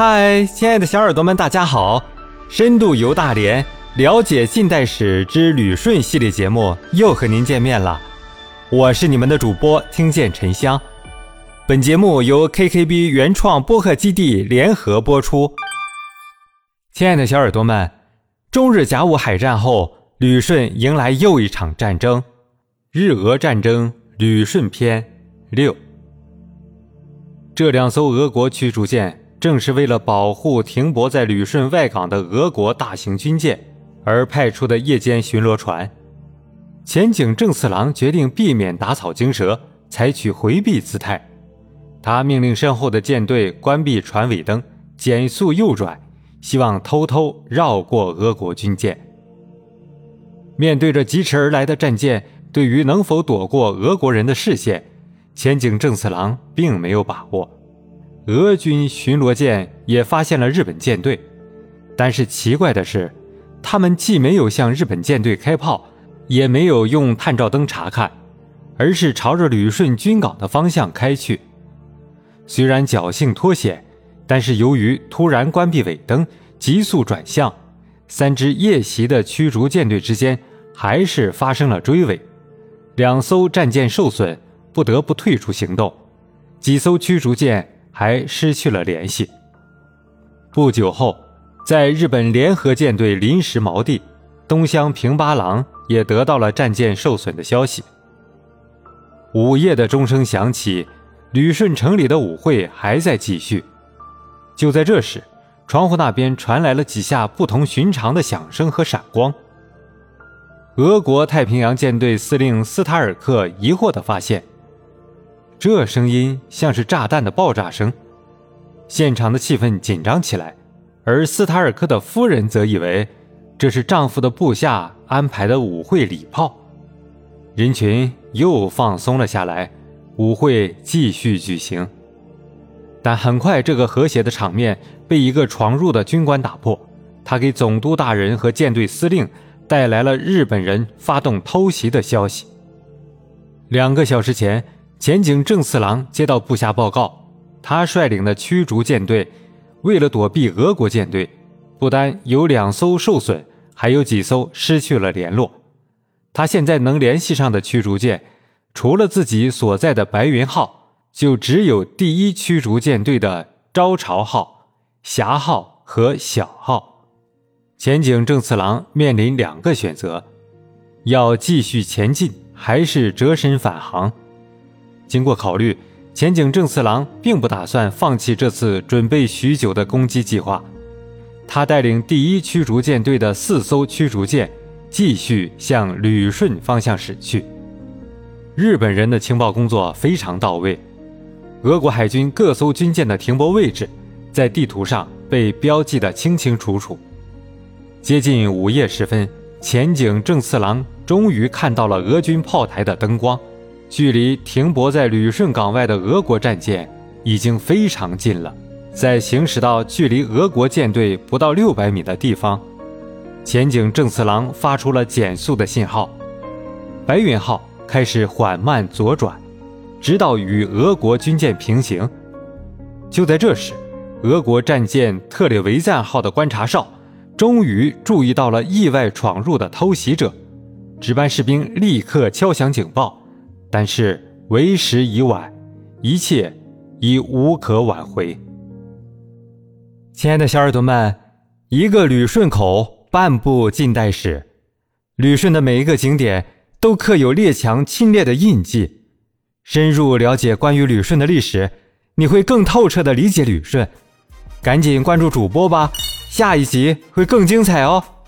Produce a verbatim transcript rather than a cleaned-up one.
嗨，亲爱的小耳朵们，大家好！深度游大连，了解近代史之旅顺系列节目又和您见面了，我是你们的主播听见沉香。本节目由 K K B 原创播客基地联合播出。亲爱的小耳朵们，中日甲午海战后，旅顺迎来又一场战争——日俄战争旅顺篇六。这两艘俄国驱逐舰正是为了保护停泊在旅顺外港的俄国大型军舰而派出的夜间巡逻船。前井正次郎决定避免打草惊蛇，采取回避姿态。他命令身后的舰队关闭船尾灯，减速右转，希望偷偷绕过俄国军舰。面对着疾驰而来的战舰，对于能否躲过俄国人的视线，前井正次郎并没有把握。俄军巡逻舰也发现了日本舰队，但是奇怪的是，他们既没有向日本舰队开炮，也没有用探照灯查看，而是朝着旅顺军港的方向开去。虽然侥幸脱险，但是由于突然关闭尾灯，急速转向，三支夜袭的驱逐舰队之间还是发生了追尾，两艘战舰受损，不得不退出行动，几艘驱逐舰还失去了联系。不久后，在日本联合舰队临时锚地，东乡平八郎也得到了战舰受损的消息。午夜的钟声响起，旅顺城里的舞会还在继续。就在这时，窗户那边传来了几下不同寻常的响声和闪光。俄国太平洋舰队司令斯塔尔克疑惑地发现，这声音像是炸弹的爆炸声。现场的气氛紧张起来，而斯塔尔克的夫人则以为这是丈夫的部下安排的舞会礼炮。人群又放松了下来，舞会继续举行。但很快这个和谐的场面被一个闯入的军官打破，他给总督大人和舰队司令带来了日本人发动偷袭的消息。两个小时前，前井正次郎接到部下报告，他率领的驱逐舰队为了躲避俄国舰队，不单有两艘受损，还有几艘失去了联络。他现在能联系上的驱逐舰，除了自己所在的白云号，就只有第一驱逐舰队的招潮号、霞号和小号。前井正次郎面临两个选择，要继续前进，还是折身返航。经过考虑，前井正次郎并不打算放弃这次准备许久的攻击计划。他带领第一驱逐舰队的四艘驱逐舰继续向旅顺方向驶去。日本人的情报工作非常到位，俄国海军各艘军舰的停泊位置在地图上被标记得清清楚楚。接近午夜时分，前井正次郎终于看到了俄军炮台的灯光，距离停泊在旅顺港外的俄国战舰已经非常近了。在行驶到距离俄国舰队不到六百米的地方，前井正次郎发出了减速的信号，白云号开始缓慢左转，直到与俄国军舰平行。就在这时，俄国战舰特列维赞号的观察哨终于注意到了意外闯入的偷袭者，值班士兵立刻敲响警报，但是为时已晚，一切已无可挽回。亲爱的小耳朵们，一个旅顺口，半部近代史。旅顺的每一个景点都刻有列强侵略的印记。深入了解关于旅顺的历史，你会更透彻地理解旅顺。赶紧关注主播吧，下一集会更精彩哦。